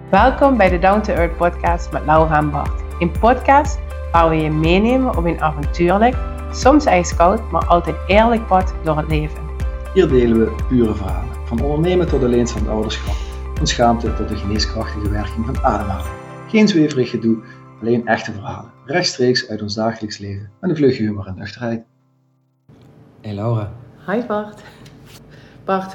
Welkom bij de Down to Earth podcast met Laura en Bart. Een podcast waar we je meenemen op een avontuurlijk, soms ijskoud, maar altijd eerlijk pad door het leven. Hier delen we pure verhalen. Van ondernemen tot alleenstaand ouderschap. Van schaamte tot de geneeskrachtige werking van ademhaling. Geen zweverig gedoe, alleen echte verhalen. Rechtstreeks uit ons dagelijks leven. Met een vleugje humor en nuchterheid. Hey Laura. Hi Bart. Bart,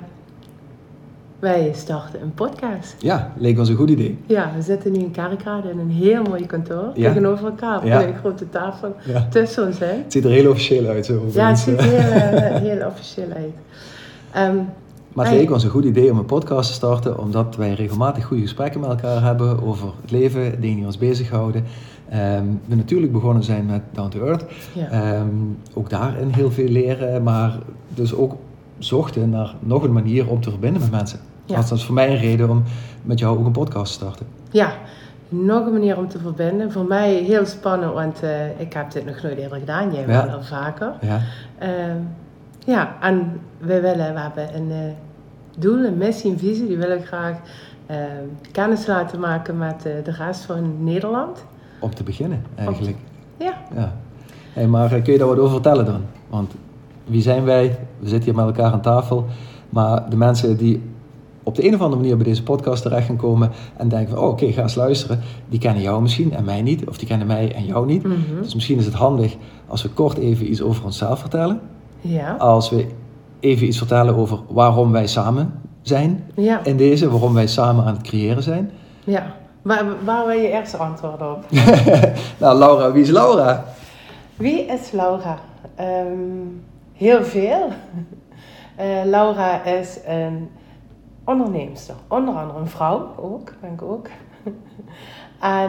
wij starten een podcast. Ja, leek ons een goed idee. Ja, we zitten nu in Kerkrade in een heel mooi kantoor. Tegenover elkaar, op een grote tafel tussen ons. Hè? Het ziet er heel officieel uit. Zo, ja, het ziet er heel officieel uit. Maar het leek ons een goed idee om een podcast te starten, omdat wij regelmatig goede gesprekken met elkaar hebben over het leven, dingen die ons bezighouden. We natuurlijk begonnen zijn met Down to Earth. Ja. Ook daarin heel veel leren, maar dus ook zochten naar nog een manier om te verbinden met mensen. Ja. Dat is voor mij een reden om met jou ook een podcast te starten. Ja, nog een manier om te verbinden. Voor mij heel spannend, want ik heb dit nog nooit eerder gedaan. Jij wel al vaker. Ja. En we hebben een doel, een missie, een visie. Die willen we graag kennis laten maken met de rest van Nederland. Om te beginnen, eigenlijk. Ja. Hey, maar kun je daar wat over vertellen dan? Want wie zijn wij? We zitten hier met elkaar aan tafel. Maar de mensen die op de een of andere manier bij deze podcast terecht gaan komen en denken van, oké, ga eens luisteren. Die kennen jou misschien en mij niet. Of die kennen mij en jou niet. Mm-hmm. Dus misschien is het handig als we kort even iets over onszelf vertellen. Ja. Als we even iets vertellen over waarom wij samen zijn in deze. Waarom wij samen aan het creëren zijn. Ja. Waar wil je eerst antwoord op? Nou, Laura, wie is Laura? Wie is Laura? Heel veel. Laura is een onderneemster. Onder andere een vrouw ook, ben ik ook. En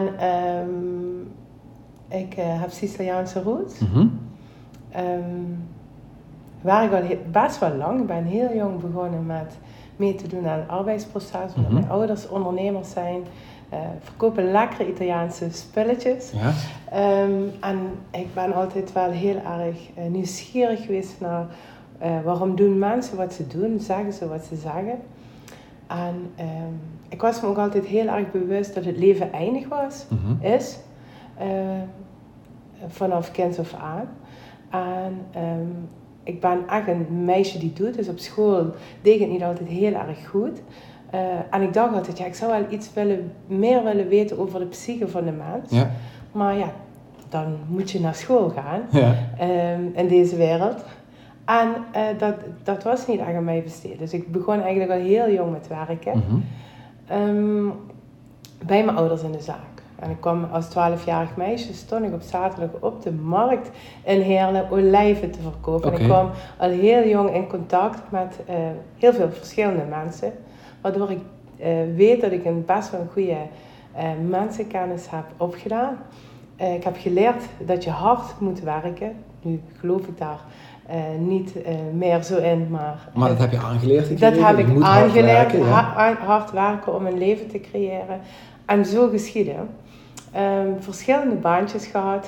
ik heb Siciliaanse roots. Mm-hmm. Werk al best wel lang. Ik ben heel jong begonnen met mee te doen aan het arbeidsproces. Omdat mijn ouders ondernemers zijn. Verkopen lekkere Italiaanse spulletjes. Ja. En ik ben altijd wel heel erg nieuwsgierig geweest naar waarom doen mensen wat ze doen, zeggen ze wat ze zeggen. En ik was me ook altijd heel erg bewust dat het leven eindig was, is, vanaf kinds af aan. En ik ben echt een meisje die doet, dus op school deed ik het niet altijd heel erg goed. En ik dacht altijd, ik zou wel iets meer willen weten over de psyche van de mens. Ja. Maar ja, dan moet je naar school gaan in deze wereld. En dat was niet echt aan mij besteed. Dus ik begon eigenlijk al heel jong met werken. Bij mijn ouders in de zaak. En ik kwam als 12-jarig meisje, stond ik op zaterdag op de markt in Heerlen olijven te verkopen. Okay. En ik kwam al heel jong in contact met heel veel verschillende mensen. Waardoor ik weet dat ik best wel een goede mensenkennis heb opgedaan. Ik heb geleerd dat je hard moet werken. Nu geloof ik daar niet meer zo in, maar... Maar dat heb je aangeleerd? Dat heb ik aangeleerd, hard werken om een leven te creëren. En zo geschieden. Verschillende baantjes gehad.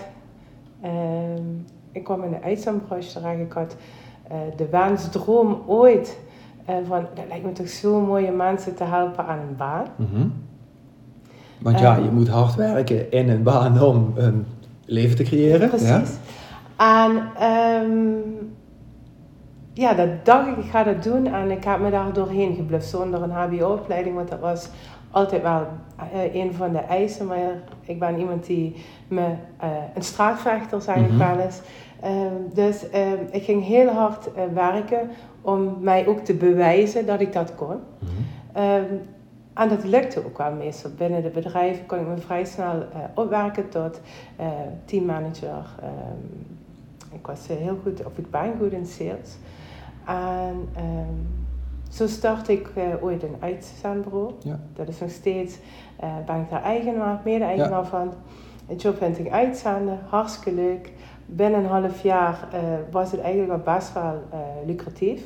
Ik kwam in de uitzendbranche terecht. Ik had de wensdroom ooit... van, dat lijkt me toch zo mooi om mensen te helpen aan een baan. Want je moet hard werken in een baan om een leven te creëren. Precies. Ja? En dat dacht ik ga dat doen. En ik heb me daar doorheen gebluft zonder een hbo-opleiding. Want dat was altijd wel een van de eisen. Maar ik ben iemand die een straatvechter, zeg ik wel eens. Dus ik ging heel hard werken om mij ook te bewijzen dat ik dat kon. En dat lukte ook wel meestal. Binnen de bedrijven kon ik me vrij snel opwerken tot teammanager. Ik was heel goed, of ik ben goed in sales. En zo start ik ooit een uitzendbureau. Ja. Dat is nog steeds, ben ik daar mede-eigenaar van. Een jobhunting uitzenden, hartstikke leuk. Binnen een half jaar was het eigenlijk al best wel lucratief.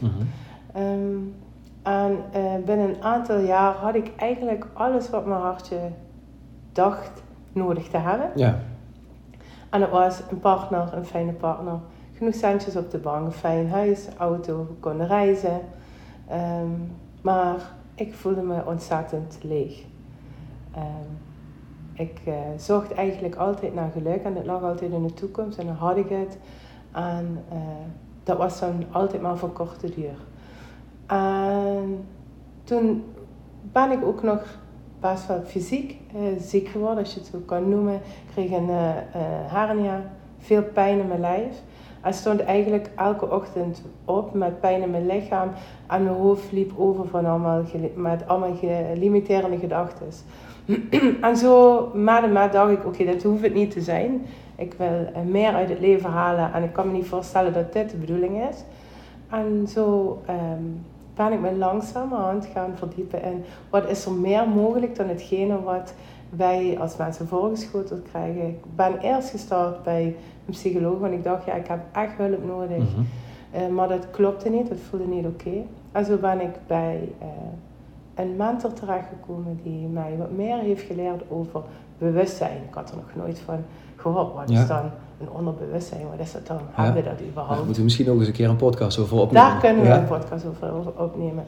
En binnen een aantal jaar had ik eigenlijk alles wat mijn hartje dacht nodig te hebben. Ja. En dat was een partner, een fijne partner. Genoeg centjes op de bank, een fijn huis, auto, we konden reizen. Maar ik voelde me ontzettend leeg. Ik zocht eigenlijk altijd naar geluk en dat lag altijd in de toekomst en dan had ik het. En dat was dan altijd maar voor korte duur. En toen ben ik ook nog best wel fysiek ziek geworden, als je het zo kan noemen. Ik kreeg een hernia, veel pijn in mijn lijf. En stond eigenlijk elke ochtend op met pijn in mijn lichaam. En mijn hoofd liep over met allemaal limiterende gedachten. En zo met en met dacht ik, oké, dit hoeft het niet te zijn. Ik wil meer uit het leven halen en ik kan me niet voorstellen dat dit de bedoeling is. En zo ben ik me langzamerhand gaan verdiepen in wat is er meer mogelijk dan hetgene wat wij als mensen voorgeschoteld krijgen. Ik ben eerst gestart bij een psycholoog, want ik dacht, ik heb echt hulp nodig. Mm-hmm. Maar dat klopte niet, dat voelde niet oké. En zo ben ik bij een mentor terechtgekomen die mij wat meer heeft geleerd over bewustzijn. Ik had er nog nooit van gehoord. Wat is dan een onderbewustzijn? Wat is dat dan? Hebben we dat überhaupt? We moeten misschien ook eens een keer een podcast over opnemen. Daar kunnen we een podcast over opnemen.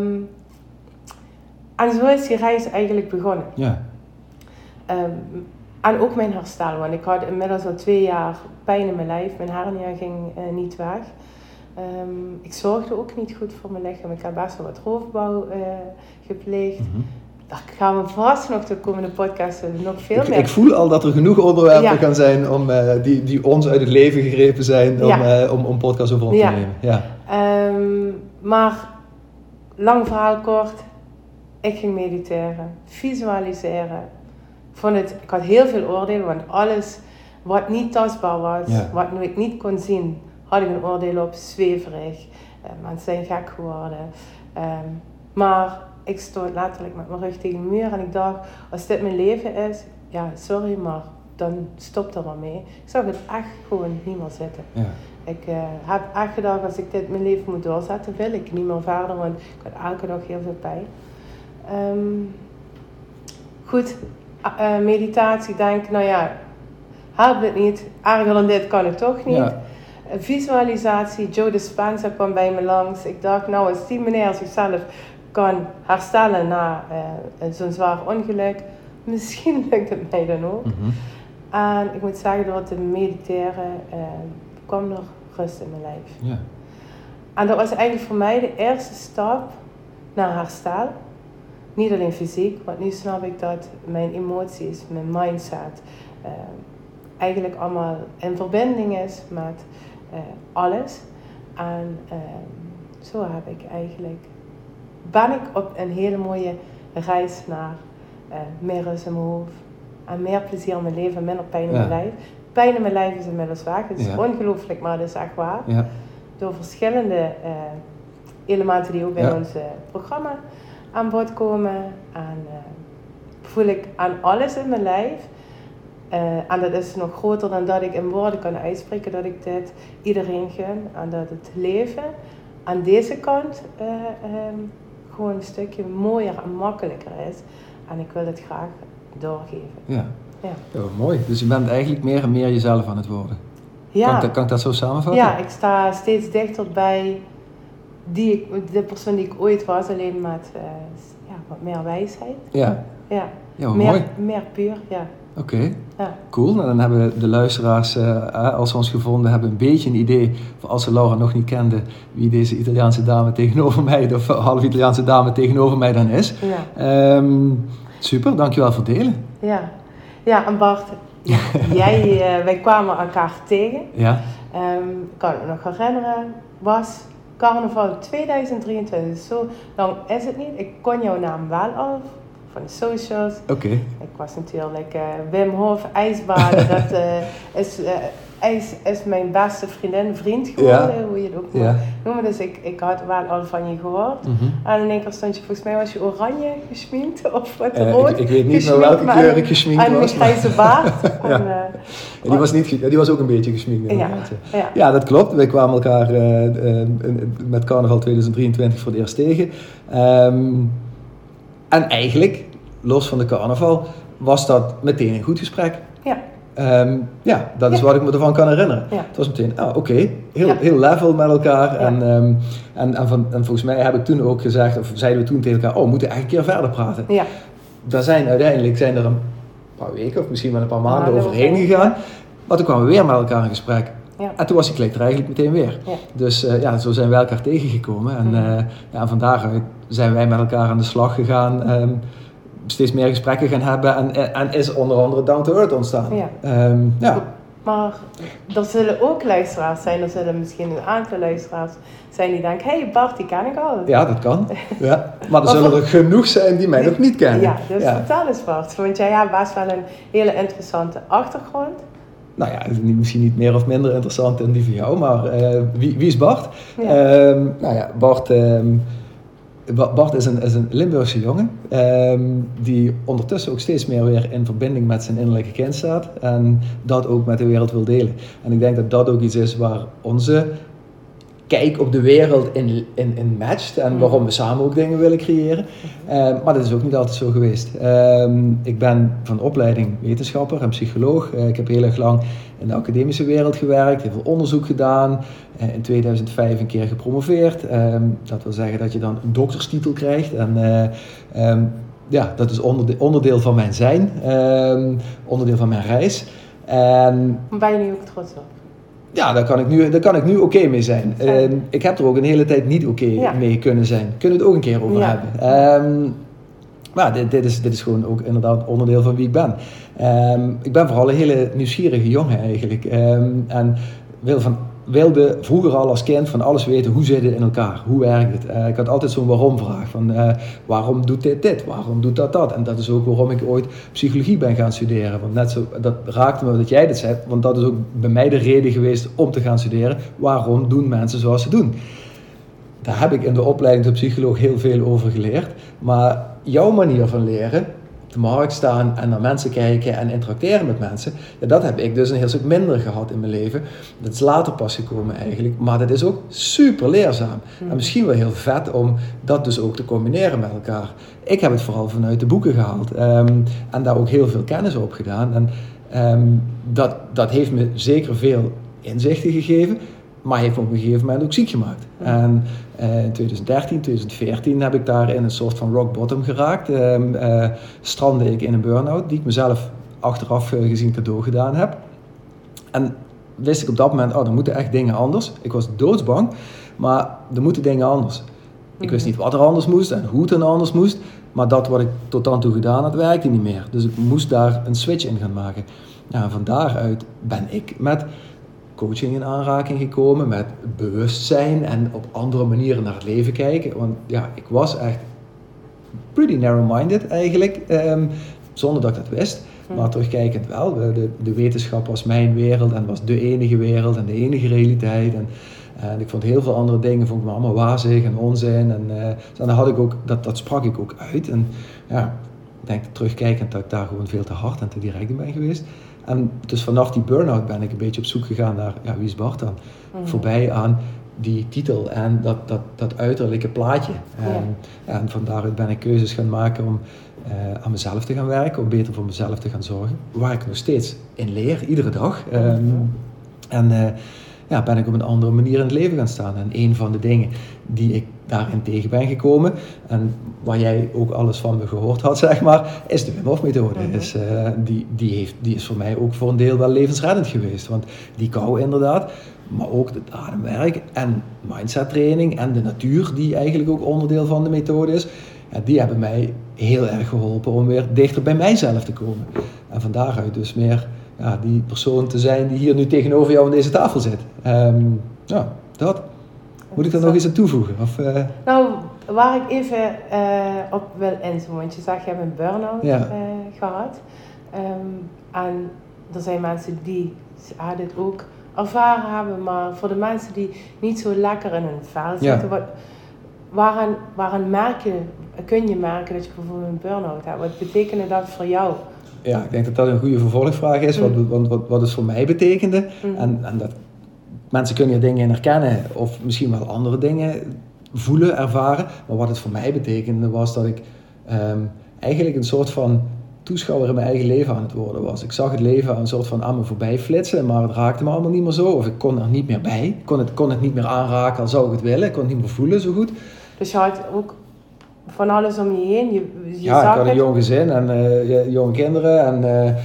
En zo is die reis eigenlijk begonnen. Ja. En ook mijn herstel, want ik had inmiddels al 2 jaar pijn in mijn lijf. Mijn hernia ging niet weg. Ik zorgde ook niet goed voor mijn lichaam. Ik heb best wel wat roofbouw gepleegd. Mm-hmm. Daar gaan we vast nog de komende podcast nog veel meer. Ik voel al dat er genoeg onderwerpen gaan zijn die ons uit het leven gegrepen zijn om podcast over op te nemen. Ja. Maar lang verhaal kort, ik ging mediteren, visualiseren. Ik had heel veel oordelen, want alles wat niet tastbaar was, wat ik niet kon zien, had ik een oordeel op, zweverig. Mensen zijn gek geworden. Maar ik stond letterlijk met mijn rug tegen de muur en ik dacht, als dit mijn leven is, sorry, maar dan stopt er wel mee. Ik zag het echt gewoon niet meer zitten. Ja. Ik heb echt gedacht, als ik dit mijn leven moet doorzetten, wil ik niet meer verder, want ik had elke dag heel veel pijn. Goed, meditatie, denk, helpt het niet, erger dan dit kan het toch niet. Ja. Visualisatie, Joe Dispenza kwam bij me langs. Ik dacht, als die meneer zichzelf kan herstellen na zo'n zwaar ongeluk, misschien lukt het mij dan ook. Mm-hmm. En ik moet zeggen, door te mediteren kwam er rust in mijn lijf. Ja. En dat was eigenlijk voor mij de eerste stap naar herstel. Niet alleen fysiek, want nu snap ik dat mijn emoties, mijn mindset eigenlijk allemaal in verbinding is met alles. En zo ben ik op een hele mooie reis naar meer rust in mijn hoofd en meer plezier in mijn leven, minder pijn in mijn lijf. Pijn in mijn lijf is inmiddels weg. Het is ongelooflijk, maar dat is echt waar. Ja. Door verschillende elementen die ook in ons programma aan bod komen. En voel ik aan alles in mijn lijf. En dat is nog groter dan dat ik in woorden kan uitspreken, dat ik dit iedereen gun. En dat het leven aan deze kant gewoon een stukje mooier en makkelijker is. En ik wil het graag doorgeven. Ja, mooi. Dus je bent eigenlijk meer en meer jezelf aan het worden. Ja. Kan ik dat zo samenvatten? Ja, ik sta steeds dichter bij de persoon die ik ooit was, alleen met wat meer wijsheid. Ja. Mooi. Meer puur, Oké, cool. Nou, dan hebben de luisteraars, als ze ons gevonden hebben, een beetje een idee, als ze Laura nog niet kenden, wie deze Italiaanse dame tegenover mij, of half Italiaanse dame tegenover mij dan is. Ja. Super, dankjewel voor het delen. Ja, en Bart, wij kwamen elkaar tegen. Ja. Ik kan me nog herinneren, was carnaval 2023, dus zo lang is het niet. Ik kon jouw naam wel al van de socials. Oké. Ik was natuurlijk Wim Hof, ijsbaden. Dat is mijn beste vriend geworden, hoe je het ook moet noemen. Dus ik had wel al van je gehoord. Mm-hmm. En in één keer stond je, volgens mij was je oranje geschminkt of wat rood. Ik weet niet meer welke kleur ik geschminkt was. En een grijze baard. Die was ook een beetje geschminkt. Ja, dat klopt. Wij kwamen elkaar met carnaval 2023 voor het eerst tegen. En eigenlijk, los van de carnaval, was dat meteen een goed gesprek. Ja. Dat is wat ik me ervan kan herinneren. Ja. Het was meteen, heel level met elkaar. Ja. En volgens mij heb ik toen ook gezegd, of zeiden we toen tegen elkaar, we moeten echt een keer verder praten. Ja. daar zijn er een paar weken of misschien wel een paar maanden overheen gegaan. Maar toen kwamen we weer met elkaar in gesprek. Ja. En toen was die klik er eigenlijk meteen weer. Ja. Dus zo zijn we elkaar tegengekomen. En van daaruit zijn wij met elkaar aan de slag gegaan. Steeds meer gesprekken gaan hebben. En is onder andere Down to Earth ontstaan. Ja. Maar er zullen ook luisteraars zijn. Er zullen misschien een aantal luisteraars zijn die denken... Hey Bart, die ken ik al. Ja, dat kan. Ja. Maar er zullen er genoeg zijn die mij nog niet kennen. Ja, dus vertel eens Bart. Want jij hebt best wel een hele interessante achtergrond. Nou ja, misschien niet meer of minder interessant dan die van jou, maar wie is Bart? Ja. Bart is een Limburgse jongen die ondertussen ook steeds meer weer in verbinding met zijn innerlijke kind staat en dat ook met de wereld wil delen. En ik denk dat dat ook iets is waar onze kijk op de wereld in matcht en waarom we samen ook dingen willen creëren. Maar dat is ook niet altijd zo geweest. Ik ben van opleiding wetenschapper en psycholoog. Ik heb heel erg lang in de academische wereld gewerkt, heel veel onderzoek gedaan. In 2005 een keer gepromoveerd. Dat wil zeggen dat je dan een dokterstitel krijgt. En dat is onderdeel van mijn zijn, onderdeel van mijn reis. Ben je nu ook trots op? Ja, daar kan ik nu oké mee zijn. Ik heb er ook een hele tijd niet oké mee kunnen zijn. Kunnen we het ook een keer over hebben. Maar dit is gewoon ook inderdaad onderdeel van wie ik ben. Ik ben vooral een hele nieuwsgierige jongen eigenlijk. En wilde vroeger al als kind van alles weten, hoe zit het in elkaar? Hoe werkt het? Ik had altijd zo'n waarom-vraag van waarom doet dit? Waarom doet dat? En dat is ook waarom ik ooit psychologie ben gaan studeren. Want net zo, dat raakte me dat jij dit zei, want dat is ook bij mij de reden geweest om te gaan studeren. Waarom doen mensen zoals ze doen? Daar heb ik in de opleiding tot psycholoog heel veel over geleerd. Maar jouw manier van leren, op de markt staan en naar mensen kijken en interacteren met mensen, dat heb ik dus een heel stuk minder gehad in mijn leven. Dat is later pas gekomen eigenlijk, maar dat is ook super leerzaam. En misschien wel heel vet om dat dus ook te combineren met elkaar. Ik heb het vooral vanuit de boeken gehaald en daar ook heel veel kennis op gedaan. En dat heeft me zeker veel inzichten gegeven, maar heeft me op een gegeven moment ook ziek gemaakt. En in 2013, 2014 heb ik daar in een soort van rock bottom geraakt. Strandde ik in een burn-out die ik mezelf achteraf gezien cadeau gedaan heb. En wist ik op dat moment, er moeten echt dingen anders. Ik was doodsbang, maar er moeten dingen anders. Ik wist niet wat er anders moest en hoe het dan anders moest. Maar dat wat ik tot dan toe gedaan had, werkte niet meer. Dus ik moest daar een switch in gaan maken. Nou, van daaruit ben ik met coaching in aanraking gekomen, met bewustzijn en op andere manieren naar het leven kijken. Want ja, ik was echt pretty narrow-minded eigenlijk, zonder dat ik dat wist. Maar terugkijkend wel, de wetenschap was mijn wereld en was de enige wereld en de enige realiteit. En ik vond heel veel andere dingen vond ik me allemaal wazig en onzin. En dan had ik ook, dat sprak ik ook uit. En ja, ik denk terugkijkend dat ik daar gewoon veel te hard en te direct in ben geweest. En dus vanaf die burn-out ben ik een beetje op zoek gegaan naar, wie is Bart dan? Voorbij aan die titel en dat uiterlijke plaatje. En van daaruit ben ik keuzes gaan maken om aan mezelf te gaan werken, om beter voor mezelf te gaan zorgen. Waar ik nog steeds in leer, iedere dag. Ben ik op een andere manier in het leven gaan staan. En een van de dingen die ik daarin tegen ben gekomen, en waar jij ook alles van me gehoord had, zeg maar, is de Wim Hof methode. Dus, die is voor mij ook voor een deel wel levensreddend geweest. Want die kou inderdaad, maar ook het ademwerk en mindset training en de natuur, die eigenlijk ook onderdeel van de methode is, die hebben mij heel erg geholpen om weer dichter bij mijzelf te komen. En van daaruit dus meer die persoon te zijn die hier nu tegenover jou aan deze tafel zit. Dat. Moet ik daar nog iets aan toevoegen? Of, Nou, waar ik even op wil inzoomen, want je zegt je hebt een burn-out gehad. En er zijn mensen die dit ook ervaren hebben, maar voor de mensen die niet zo lekker in hun vel zitten, waaraan kun je merken dat je bijvoorbeeld een burn-out hebt? Wat betekende dat voor jou? Ja, ik denk dat dat een goede vervolgvraag is, wat het voor mij betekende. En dat mensen kunnen er dingen in herkennen of misschien wel andere dingen voelen, ervaren. Maar wat het voor mij betekende was dat ik eigenlijk een soort van toeschouwer in mijn eigen leven aan het worden was. Ik zag het leven een soort van aan me voorbij flitsen, maar het raakte me allemaal niet meer zo. Of ik kon er niet meer bij. Ik kon het niet meer aanraken, al zou ik het willen. Ik kon het niet meer voelen zo goed. Dus je had ook van alles om je heen. Je Ik zag had een jong gezin en jonge kinderen.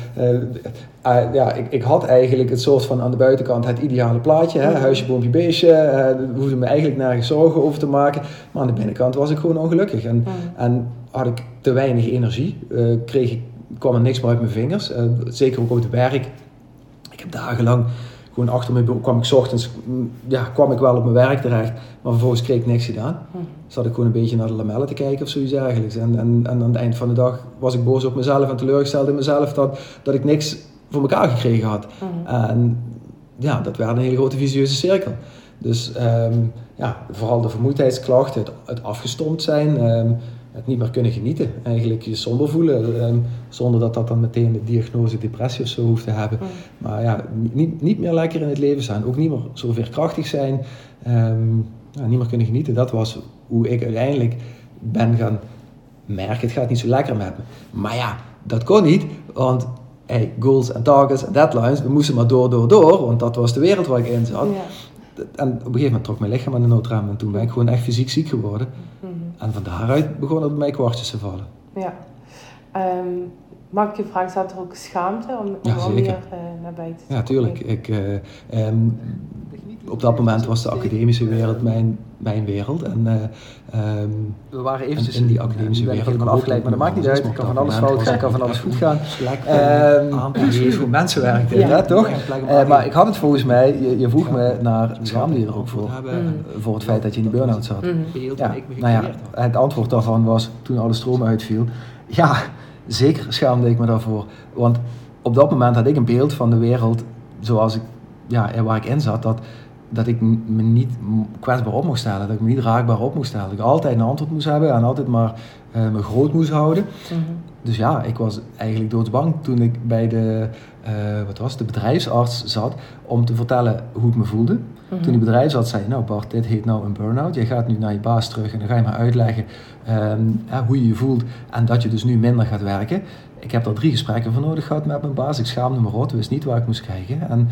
Ik had eigenlijk het soort van aan de buitenkant het ideale plaatje. Hè? Huisje, boompje, beestje. Hoefde me eigenlijk nergens zorgen over te maken. Maar aan de binnenkant was ik gewoon ongelukkig. En had ik te weinig energie. Kwam er niks meer uit mijn vingers. Zeker ook op het werk. Ik heb dagenlang gewoon achter mijn bureau, kwam ik 's ochtends, kwam ik wel op mijn werk terecht, maar vervolgens kreeg ik niks gedaan. Zat ik gewoon een beetje naar de lamellen te kijken of zoiets eigenlijk. En aan het eind van de dag was ik boos op mezelf en teleurgesteld in mezelf dat ik niks voor elkaar gekregen had. En dat werd een hele grote vicieuze cirkel. Dus vooral de vermoeidheidsklachten, het afgestompt zijn, het niet meer kunnen genieten. Eigenlijk je somber voelen, zonder dat dan meteen de diagnose depressie of zo hoeft te hebben. Maar niet meer lekker in het leven zijn. Ook niet meer zo veerkrachtig zijn. Niet meer kunnen genieten. Dat was hoe ik uiteindelijk ben gaan merken. Het gaat niet zo lekker met me. Maar dat kon niet. Want goals en targets en deadlines, we moesten maar door. Want dat was de wereld waar ik in zat. Ja. En op een gegeven moment trok mijn lichaam aan de noodrem. En toen ben ik gewoon echt fysiek ziek geworden. En van daaruit begonnen er bij mij kwartjes te vallen. Ja. Mag ik je vragen, zat er ook schaamte om hier naar buiten te komen? Ja, tuurlijk. Op dat moment was de academische wereld mijn wereld. En we waren eventjes in die academische wereld helemaal afgeleid, maar dat maakt niet uit. Het kan van alles fout gaan, kan van alles goed gaan. Voor mensen werkt toch? Maar ik had het volgens mij, je vroeg me naar, schaamde je er ook voor het feit dat je in die burn-out zat. Het antwoord daarvan was, toen alle stroom uitviel, zeker schaamde ik me daarvoor. Want op dat moment had ik een beeld van de wereld zoals ik, waar ik in zat, dat ik me niet kwetsbaar op mocht stellen, dat ik me niet raakbaar op moest stellen. Dat ik altijd een antwoord moest hebben en altijd maar me groot moest houden. Dus ik was eigenlijk doodsbang toen ik bij de bedrijfsarts zat om te vertellen hoe ik me voelde. Toen die bedrijfsarts zei, nou Bart, dit heet nou een burn-out. Je gaat nu naar je baas terug en dan ga je maar uitleggen hoe je je voelt en dat je dus nu minder gaat werken. Ik heb daar 3 gesprekken voor nodig gehad met mijn baas. Ik schaamde me rot, wist niet waar ik moest krijgen. En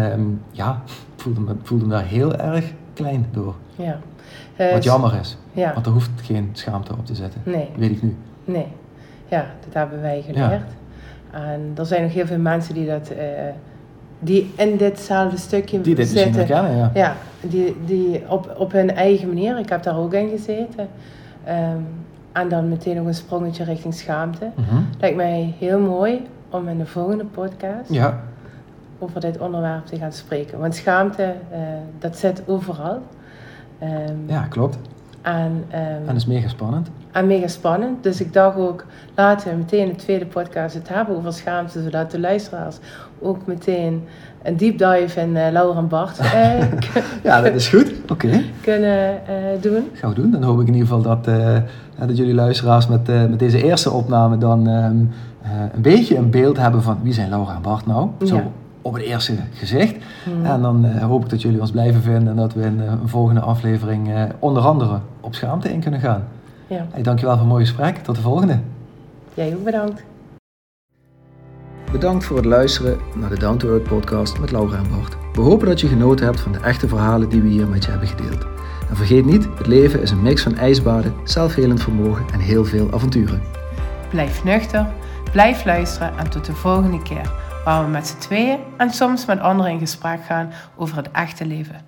voelde me daar heel erg klein door. Ja. Wat jammer is. Ja. Want er hoeft geen schaamte op te zetten. Nee. Weet ik nu. Nee. Ja, dat hebben wij geleerd. Ja. En er zijn nog heel veel mensen die in ditzelfde stukje die dit zitten. Misschien herkennen, ja. Die op hun eigen manier. Ik heb daar ook in gezeten. En dan meteen nog een sprongetje richting schaamte. Lijkt mij heel mooi om in de volgende podcast over dit onderwerp te gaan spreken. Want schaamte, dat zit overal. Klopt. En is mega spannend. En mega spannend. Dus ik dacht ook, laten we meteen in de tweede podcast het hebben over schaamte, zodat de luisteraars ook meteen een deep dive in Laura en Bart dat is goed. Oké. Kunnen doen. Gaan we doen. Dan hoop ik in ieder geval dat jullie luisteraars met deze eerste opname dan een beetje een beeld hebben van wie zijn Laura en Bart nou. Zo op het eerste gezicht. En dan hoop ik dat jullie ons blijven vinden en dat we in een volgende aflevering onder andere op schaamte in kunnen gaan. Ja. Dankjewel voor een mooi gesprek. Tot de volgende. Jij ook bedankt. Bedankt voor het luisteren naar de Down to Earth podcast met Laura en Bart. We hopen dat je genoten hebt van de echte verhalen die we hier met je hebben gedeeld. En vergeet niet, het leven is een mix van ijsbaden, zelfhelend vermogen en heel veel avonturen. Blijf nuchter, blijf luisteren en tot de volgende keer, waar we met z'n tweeën en soms met anderen in gesprek gaan over het echte leven.